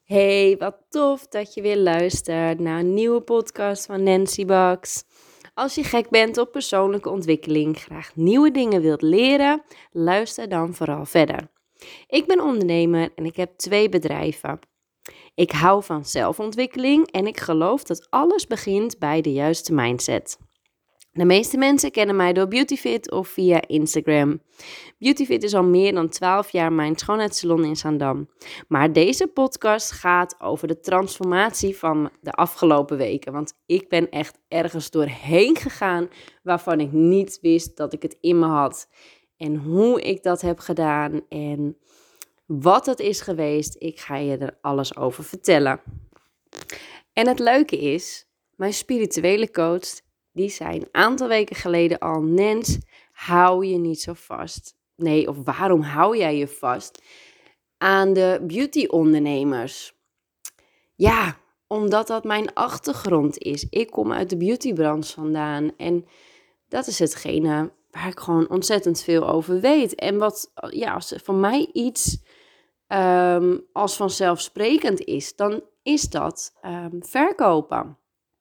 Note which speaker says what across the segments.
Speaker 1: Hey, wat tof dat je weer luistert naar een nieuwe podcast van Nancy Bucks. Als je gek bent op persoonlijke ontwikkeling, graag nieuwe dingen wilt leren, luister dan vooral verder. Ik ben ondernemer en ik heb 2 bedrijven. Ik hou van zelfontwikkeling en ik geloof dat alles begint bij de juiste mindset. De meeste mensen kennen mij door Beautyfit of via Instagram. Beautyfit is al meer dan 12 jaar mijn schoonheidssalon in Zaandam. Maar deze podcast gaat over de transformatie van de afgelopen weken. Want ik ben echt ergens doorheen gegaan waarvan ik niet wist dat ik het in me had. En hoe ik dat heb gedaan en wat het is geweest, ik ga je er alles over vertellen. En het leuke is, mijn spirituele coach, die zei een aantal weken geleden al: Nens, hou je niet zo vast. Nee, of waarom hou jij je vast aan de beauty-ondernemers? Ja, omdat dat mijn achtergrond is. Ik kom uit de beautybranche vandaan en dat is hetgene waar ik gewoon ontzettend veel over weet. En wat, ja, als voor mij iets als vanzelfsprekend is, dan is dat verkopen.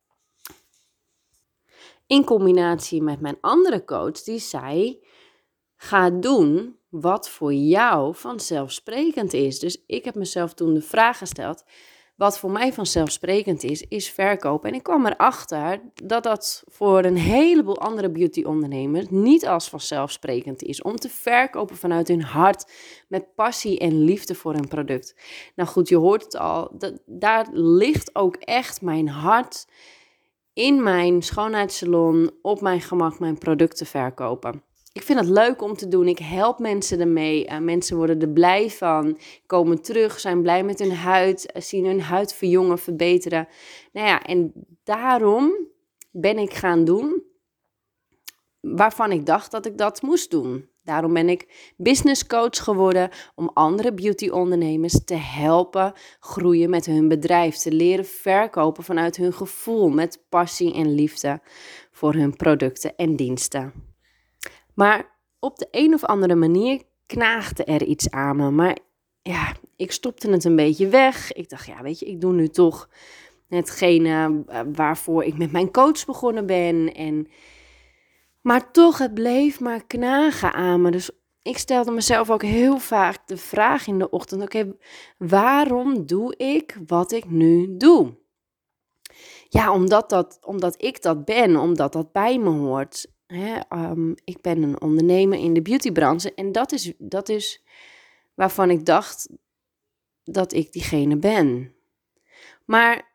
Speaker 1: In combinatie met mijn andere coach die zei: ga doen wat voor jou vanzelfsprekend is. Dus ik heb mezelf toen de vraag gesteld: wat voor mij vanzelfsprekend is verkopen. En ik kwam erachter dat dat voor een heleboel andere beauty-ondernemers niet als vanzelfsprekend is. Om te verkopen vanuit hun hart, met passie en liefde voor hun product. Nou goed, je hoort het al. Daar ligt ook echt mijn hart in mijn schoonheidssalon op mijn gemak mijn producten verkopen. Ik vind het leuk om te doen. Ik help mensen ermee. Mensen worden er blij van, komen terug, zijn blij met hun huid, zien hun huid verjongen, verbeteren. Nou ja, en daarom ben ik gaan doen waarvan ik dacht dat ik dat moest doen. Daarom ben ik business coach geworden om andere beauty-ondernemers te helpen groeien met hun bedrijf. Te leren verkopen vanuit hun gevoel, met passie en liefde voor hun producten en diensten. Maar op de een of andere manier knaagde er iets aan me. Maar ja, ik stopte het een beetje weg. Ik dacht, ja, weet je, ik doe nu toch hetgene waarvoor ik met mijn coach begonnen ben. Maar toch, het bleef maar knagen aan me. Dus ik stelde mezelf ook heel vaak de vraag in de ochtend: oké, waarom doe ik wat ik nu doe? Ja, omdat ik dat ben, omdat dat bij me hoort. Ik ben een ondernemer in de beautybranche en dat is waarvan ik dacht dat ik diegene ben. Maar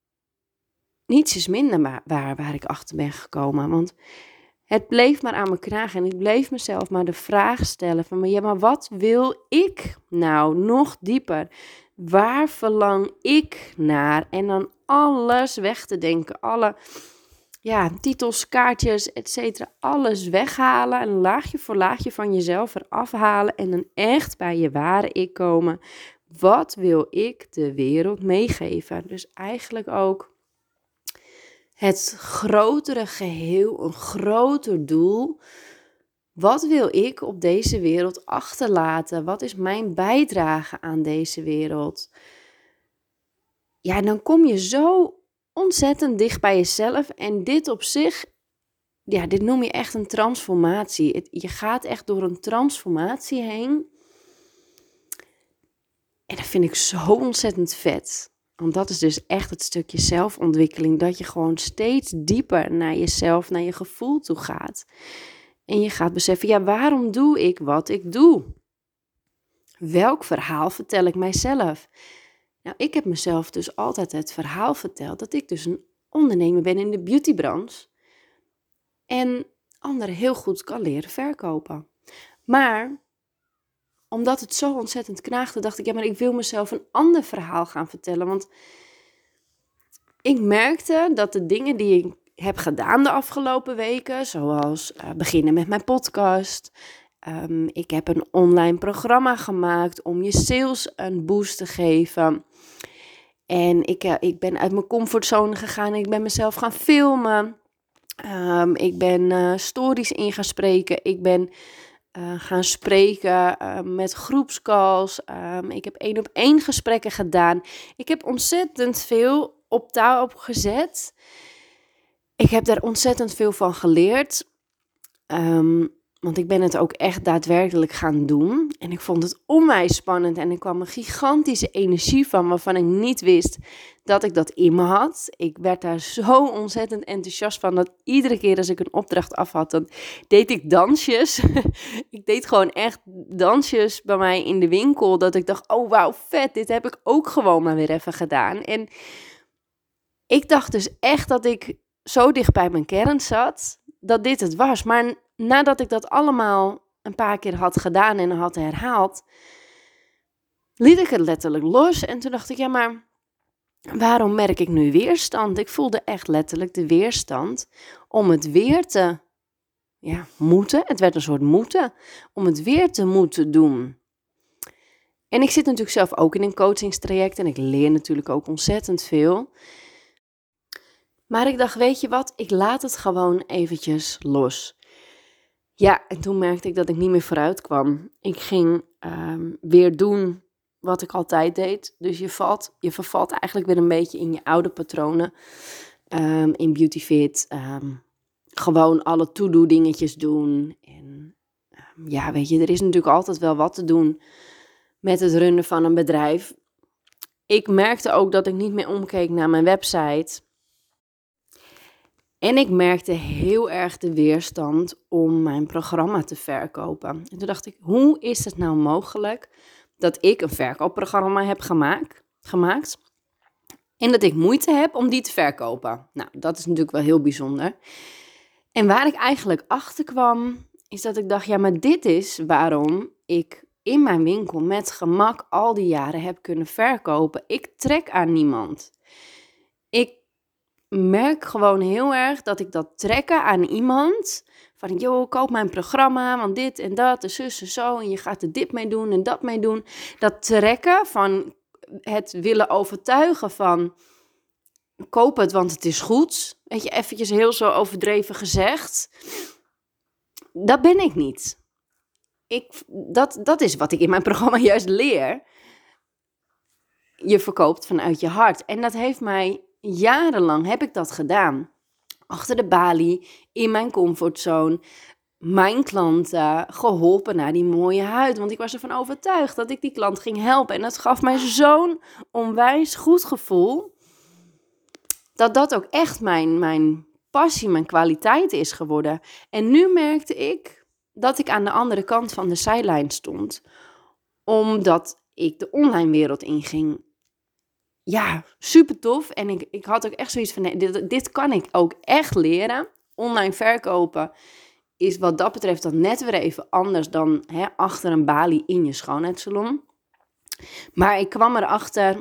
Speaker 1: niets is minder waar ik achter ben gekomen, want het bleef maar aan me knagen en ik bleef mezelf maar de vraag stellen van: ja, maar wat wil ik nou nog dieper? Waar verlang ik naar? En dan alles weg te denken, alle titels, kaartjes, etc. Alles weghalen en laagje voor laagje van jezelf eraf halen en dan echt bij je ware ik komen. Wat wil ik de wereld meegeven? Dus eigenlijk ook het grotere geheel, een groter doel. Wat wil ik op deze wereld achterlaten? Wat is mijn bijdrage aan deze wereld? Ja, dan kom je zo ontzettend dicht bij jezelf. En dit op zich, ja, dit noem je echt een transformatie. Je gaat echt door een transformatie heen. En dat vind ik zo ontzettend vet. Want dat is dus echt het stukje zelfontwikkeling. Dat je gewoon steeds dieper naar jezelf, naar je gevoel toe gaat. En je gaat beseffen, ja, waarom doe ik wat ik doe? Welk verhaal vertel ik mijzelf? Nou, ik heb mezelf dus altijd het verhaal verteld dat ik dus een ondernemer ben in de beautybranche. En anderen heel goed kan leren verkopen. Maar omdat het zo ontzettend knaagde, dacht ik, ja, maar ik wil mezelf een ander verhaal gaan vertellen. Want ik merkte dat de dingen die ik heb gedaan de afgelopen weken, zoals beginnen met mijn podcast. Ik heb een online programma gemaakt om je sales een boost te geven. En ik ben uit mijn comfortzone gegaan. Ik ben mezelf gaan filmen. Ik ben stories in gaan spreken. Ik ben gaan spreken met groepscalls. Ik heb 1-op-1 gesprekken gedaan. Ik heb ontzettend veel op touw opgezet. Ik heb daar ontzettend veel van geleerd. Want ik ben het ook echt daadwerkelijk gaan doen. En ik vond het onwijs spannend. En er kwam een gigantische energie van waarvan ik niet wist dat ik dat in me had. Ik werd daar zo ontzettend enthousiast van dat iedere keer als ik een opdracht af had, dan deed ik dansjes. Ik deed gewoon echt dansjes bij mij in de winkel. Dat ik dacht, oh wauw, vet, dit heb ik ook gewoon maar weer even gedaan. En ik dacht dus echt dat ik zo dicht bij mijn kern zat, dat dit het was. Maar nadat ik dat allemaal een paar keer had gedaan en had herhaald, liet ik het letterlijk los. En toen dacht ik, ja, maar waarom merk ik nu weerstand? Ik voelde echt letterlijk de weerstand om het weer te moeten. Het werd een soort moeten, om het weer te moeten doen. En ik zit natuurlijk zelf ook in een coachingstraject en ik leer natuurlijk ook ontzettend veel. Maar ik dacht, weet je wat, ik laat het gewoon eventjes los. Ja, en toen merkte ik dat ik niet meer vooruit kwam. Ik ging weer doen wat ik altijd deed. Dus je vervalt eigenlijk weer een beetje in je oude patronen. In BeautyFit. Gewoon alle to-do dingetjes doen. En weet je, er is natuurlijk altijd wel wat te doen met het runnen van een bedrijf. Ik merkte ook dat ik niet meer omkeek naar mijn website. En ik merkte heel erg de weerstand om mijn programma te verkopen. En toen dacht ik, hoe is het nou mogelijk dat ik een verkoopprogramma heb gemaakt en dat ik moeite heb om die te verkopen? Nou, dat is natuurlijk wel heel bijzonder. En waar ik eigenlijk achter kwam, is dat ik dacht, ja, maar dit is waarom ik in mijn winkel met gemak al die jaren heb kunnen verkopen. Ik trek aan niemand. Ik merk gewoon heel erg dat ik dat trekken aan iemand, van joh, koop mijn programma, want dit en dat, en zus en zo, en je gaat er dit mee doen en dat mee doen. Dat trekken van het willen overtuigen van, koop het, want het is goed. Weet je, eventjes heel zo overdreven gezegd. Dat ben ik niet. Dat is wat ik in mijn programma juist leer. Je verkoopt vanuit je hart. En dat heeft mij jarenlang, heb ik dat gedaan. Achter de balie, in mijn comfortzone, mijn klanten geholpen naar die mooie huid. Want ik was ervan overtuigd dat ik die klant ging helpen. En dat gaf mij zo'n onwijs goed gevoel, dat ook echt mijn passie, mijn kwaliteit is geworden. En nu merkte ik dat ik aan de andere kant van de zijlijn stond, omdat ik de online wereld inging. Ja, super tof. En ik had ook echt zoiets van, nee, dit kan ik ook echt leren. Online verkopen is wat dat betreft dan net weer even anders dan achter een balie in je schoonheidssalon. Maar ik kwam erachter,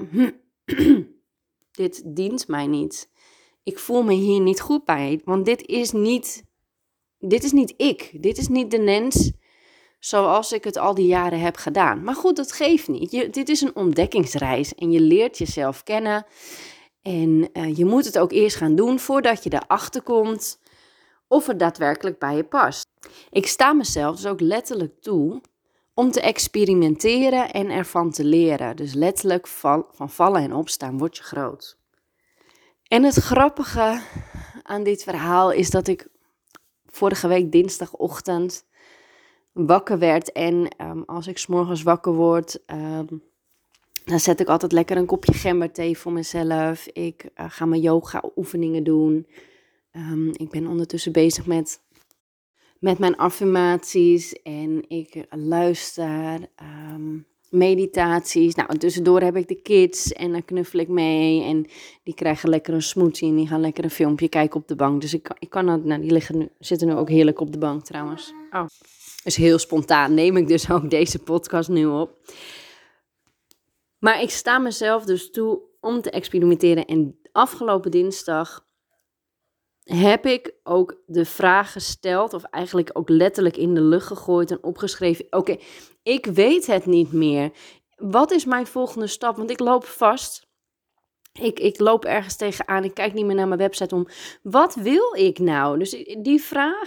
Speaker 1: dit dient mij niet. Ik voel me hier niet goed bij, want dit is niet ik. Dit is niet de Nens zoals ik het al die jaren heb gedaan. Maar goed, dat geeft niet. Dit is een ontdekkingsreis en je leert jezelf kennen. En je moet het ook eerst gaan doen voordat je erachter komt of het daadwerkelijk bij je past. Ik sta mezelf dus ook letterlijk toe om te experimenteren en ervan te leren. Dus letterlijk van vallen en opstaan word je groot. En het grappige aan dit verhaal is dat ik vorige week dinsdagochtend wakker werd. En als ik 's morgens wakker word, dan zet ik altijd lekker een kopje gemberthee voor mezelf. Ik ga mijn yoga oefeningen doen. Ik ben ondertussen bezig met mijn affirmaties en ik luister meditaties. Nou, tussendoor heb ik de kids en daar knuffel ik mee. En die krijgen lekker een smoothie en die gaan lekker een filmpje kijken op de bank. Dus ik kan dat, nou, die zitten nu ook heerlijk op de bank trouwens. Oh. Dus heel spontaan neem ik dus ook deze podcast nu op. Maar ik sta mezelf dus toe om te experimenteren. En afgelopen dinsdag heb ik ook de vraag gesteld, of eigenlijk ook letterlijk in de lucht gegooid en opgeschreven. Oké, ik weet het niet meer. Wat is mijn volgende stap? Want ik loop vast. Ik loop ergens tegenaan. Ik kijk niet meer naar mijn website om. Wat wil ik nou? Dus die vraag,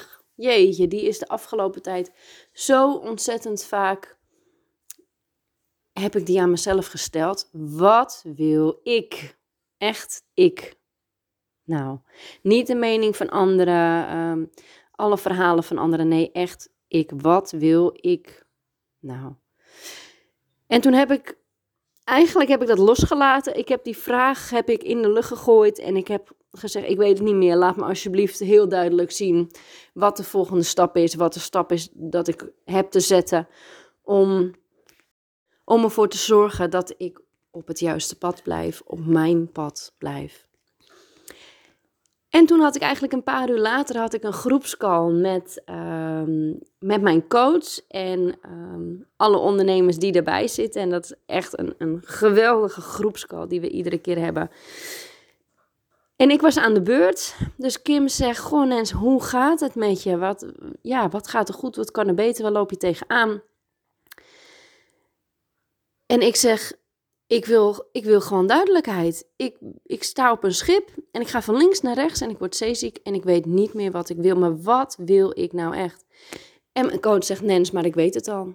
Speaker 1: jeetje, die is de afgelopen tijd zo ontzettend vaak, heb ik die aan mezelf gesteld. Wat wil ik? Echt ik. Nou, niet de mening van anderen, alle verhalen van anderen. Nee, echt ik. Wat wil ik? Nou. En toen heb ik dat losgelaten. Ik heb die vraag in de lucht gegooid en ik heb gezegd, ik weet het niet meer. Laat me alsjeblieft heel duidelijk zien wat de volgende stap is. Wat de stap is dat ik heb te zetten om ervoor te zorgen dat ik op het juiste pad blijf. Op mijn pad blijf. En toen had ik eigenlijk een paar uur later een groepscall met mijn coach en alle ondernemers die erbij zitten. En dat is echt een geweldige groepscall die we iedere keer hebben. En ik was aan de beurt. Dus Kim zegt, goh Nens, hoe gaat het met je? Wat gaat er goed? Wat kan er beter? Waar loop je tegenaan? En ik zeg, ik wil gewoon duidelijkheid. Ik sta op een schip en ik ga van links naar rechts en ik word zeeziek en ik weet niet meer wat ik wil. Maar wat wil ik nou echt? En mijn coach zegt, Nens, maar ik weet het al.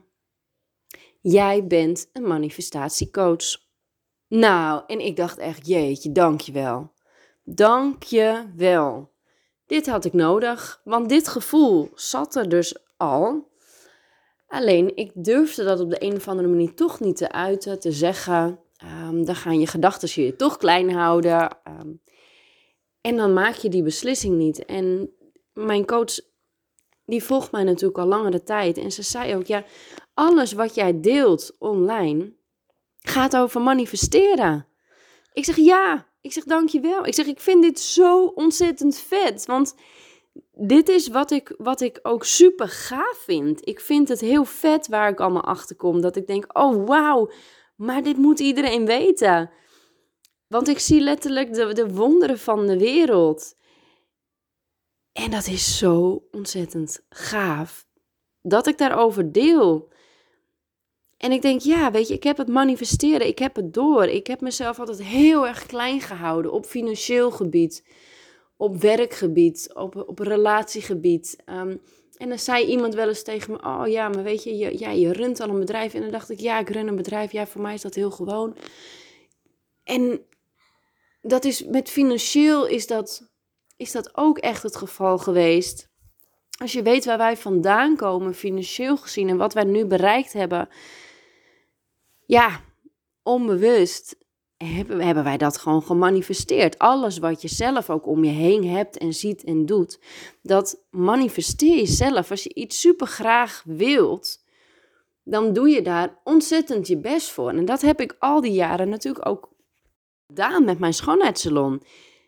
Speaker 1: Jij bent een manifestatiecoach. Nou, en ik dacht echt, jeetje, dankjewel. Dankjewel. Dit had ik nodig, want dit gevoel zat er dus al. Alleen, ik durfde dat op de een of andere manier toch niet te uiten, te zeggen. Dan gaan je gedachten je toch klein houden. En dan maak je die beslissing niet. En mijn coach, die volgt mij natuurlijk al langere tijd. En ze zei ook, ja, alles wat jij deelt online gaat over manifesteren. Ik zeg, ja. Ik zeg, dankjewel. Ik zeg, ik vind dit zo ontzettend vet. Want dit is wat ik ook super gaaf vind. Ik vind het heel vet waar ik allemaal achter kom. Dat ik denk, oh wauw, maar dit moet iedereen weten. Want ik zie letterlijk de wonderen van de wereld. En dat is zo ontzettend gaaf. Dat ik daarover deel. En ik denk, ja, weet je, ik heb het manifesteren. Ik heb het door. Ik heb mezelf altijd heel erg klein gehouden. Op financieel gebied. Op werkgebied, op relatiegebied. En dan zei iemand wel eens tegen me, oh ja, maar weet je, je runt al een bedrijf. En dan dacht ik, ja, ik run een bedrijf. Ja, voor mij is dat heel gewoon. En dat is, met financieel is dat ook echt het geval geweest. Als je weet waar wij vandaan komen, financieel gezien, en wat wij nu bereikt hebben. Ja, onbewust hebben wij dat gewoon gemanifesteerd. Alles wat je zelf ook om je heen hebt en ziet en doet, dat manifesteer je zelf. Als je iets super graag wilt, dan doe je daar ontzettend je best voor. En dat heb ik al die jaren natuurlijk ook gedaan met mijn schoonheidssalon.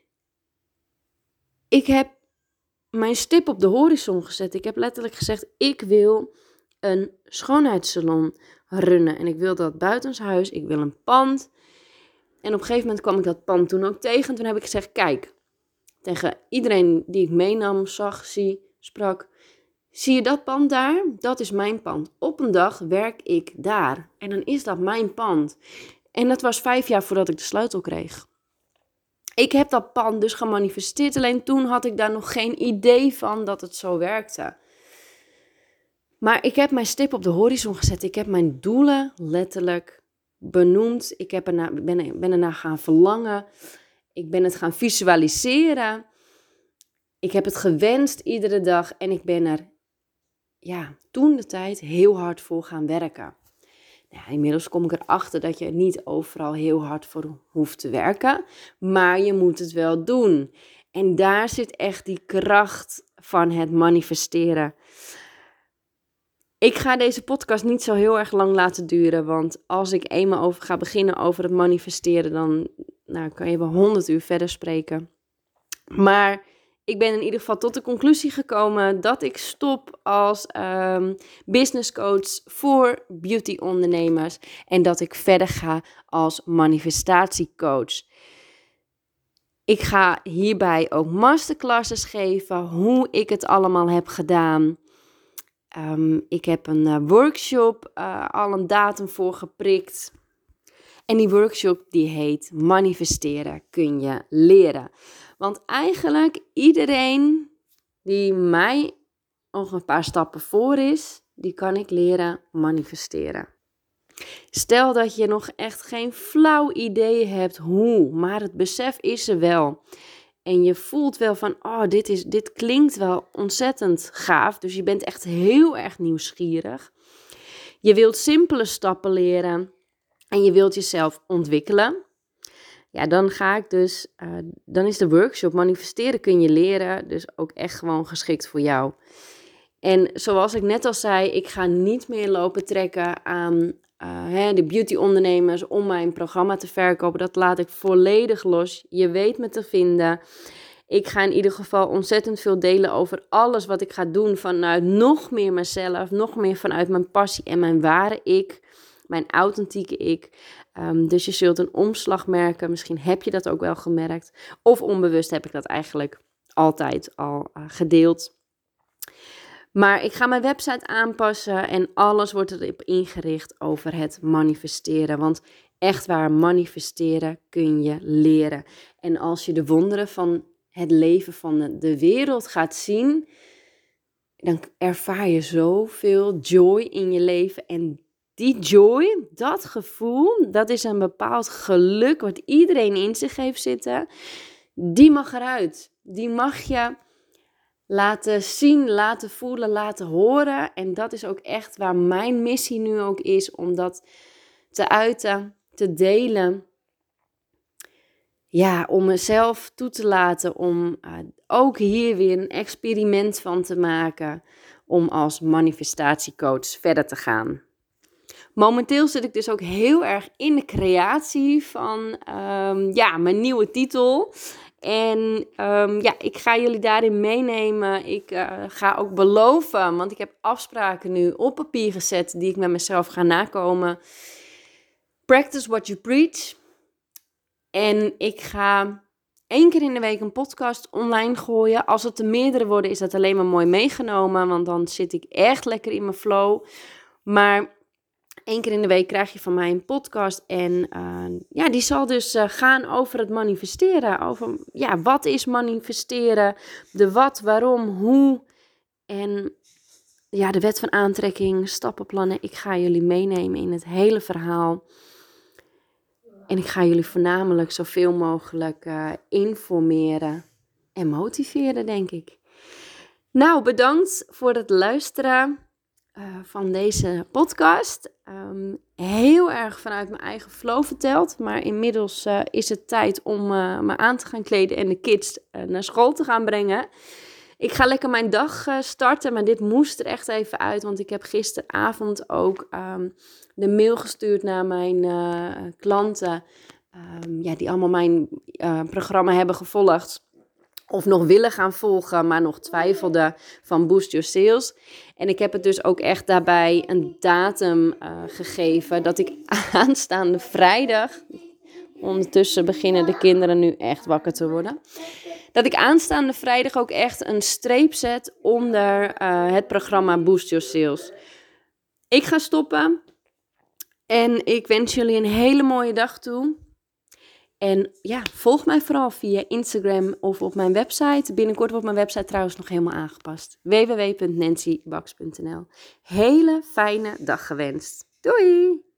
Speaker 1: Ik heb mijn stip op de horizon gezet. Ik heb letterlijk gezegd, ik wil een schoonheidssalon runnen. En ik wil dat buitenshuis, ik wil een pand. En op een gegeven moment kwam ik dat pand toen ook tegen. En toen heb ik gezegd, kijk, tegen iedereen die ik meenam, zag, sprak. Zie je dat pand daar? Dat is mijn pand. Op een dag werk ik daar. En dan is dat mijn pand. En dat was 5 jaar voordat ik de sleutel kreeg. Ik heb dat pand dus gemanifesteerd. Alleen toen had ik daar nog geen idee van dat het zo werkte. Maar ik heb mijn stip op de horizon gezet. Ik heb mijn doelen letterlijk benoemd. Ik ben ernaar gaan verlangen. Ik ben het gaan visualiseren. Ik heb het gewenst iedere dag. En ik ben er toen de tijd heel hard voor gaan werken. Nou, inmiddels kom ik erachter dat je er niet overal heel hard voor hoeft te werken. Maar je moet het wel doen. En daar zit echt die kracht van het manifesteren. Ik ga deze podcast niet zo heel erg lang laten duren. Want als ik eenmaal ga beginnen over het manifesteren, dan kan je wel 100 uur verder spreken. Maar ik ben in ieder geval tot de conclusie gekomen dat ik stop als business coach voor beauty ondernemers. En dat ik verder ga als manifestatiecoach. Ik ga hierbij ook masterclasses geven, hoe ik het allemaal heb gedaan. Ik heb een workshop, al een datum voor geprikt. En die workshop die heet Manifesteren kun je leren. Want eigenlijk iedereen die mij nog een paar stappen voor is, die kan ik leren manifesteren. Stel dat je nog echt geen flauw idee hebt hoe, maar het besef is er wel. En je voelt wel van, dit klinkt wel ontzettend gaaf. Dus je bent echt heel erg nieuwsgierig. Je wilt simpele stappen leren en je wilt jezelf ontwikkelen. Ja, dan is de workshop Manifesteren kun je leren dus ook echt gewoon geschikt voor jou. En zoals ik net al zei, ik ga niet meer lopen trekken aan de beauty ondernemers om mijn programma te verkopen. Dat laat ik volledig los. Je weet me te vinden. Ik ga in ieder geval ontzettend veel delen over alles wat ik ga doen vanuit nog meer mezelf, nog meer vanuit mijn passie en mijn ware ik, mijn authentieke ik. Dus je zult een omslag merken. Misschien heb je dat ook wel gemerkt. Of onbewust heb ik dat eigenlijk altijd al gedeeld. Maar ik ga mijn website aanpassen en alles wordt erop ingericht over het manifesteren. Want echt waar, manifesteren kun je leren. En als je de wonderen van het leven van de wereld gaat zien, dan ervaar je zoveel joy in je leven. En die joy, dat gevoel, dat is een bepaald geluk wat iedereen in zich heeft zitten. Die mag eruit. Die mag je laten zien, laten voelen, laten horen. En dat is ook echt waar mijn missie nu ook is, om dat te uiten, te delen. Ja, om mezelf toe te laten, om ook hier weer een experiment van te maken, om als manifestatiecoach verder te gaan. Momenteel zit ik dus ook heel erg in de creatie van mijn nieuwe titel. En ik ga jullie daarin meenemen. Ik ga ook beloven, want ik heb afspraken nu op papier gezet die ik met mezelf ga nakomen. Practice what you preach. En ik ga 1 keer in de week een podcast online gooien. Als het er meerdere worden, is dat alleen maar mooi meegenomen, want dan zit ik echt lekker in mijn flow. Maar 1 keer in de week krijg je van mij een podcast en die zal dus gaan over het manifesteren. Over wat is manifesteren, de wat, waarom, hoe en de wet van aantrekking, stappenplannen. Ik ga jullie meenemen in het hele verhaal. En ik ga jullie voornamelijk zoveel mogelijk informeren en motiveren, denk ik. Nou, bedankt voor het luisteren van deze podcast. Heel erg vanuit mijn eigen flow verteld. Maar inmiddels is het tijd om me aan te gaan kleden en de kids naar school te gaan brengen. Ik ga lekker mijn dag starten, maar dit moest er echt even uit. Want ik heb gisteravond ook de mail gestuurd naar mijn klanten. Die allemaal mijn programma hebben gevolgd. Of nog willen gaan volgen, maar nog twijfelden van Boost Your Sales. En ik heb het dus ook echt daarbij een datum gegeven. Dat ik aanstaande vrijdag, ondertussen beginnen de kinderen nu echt wakker te worden. Dat ik aanstaande vrijdag ook echt een streep zet onder het programma Boost Your Sales. Ik ga stoppen. En ik wens jullie een hele mooie dag toe. En volg mij vooral via Instagram of op mijn website. Binnenkort wordt mijn website trouwens nog helemaal aangepast. www.nancybax.nl. Hele fijne dag gewenst. Doei!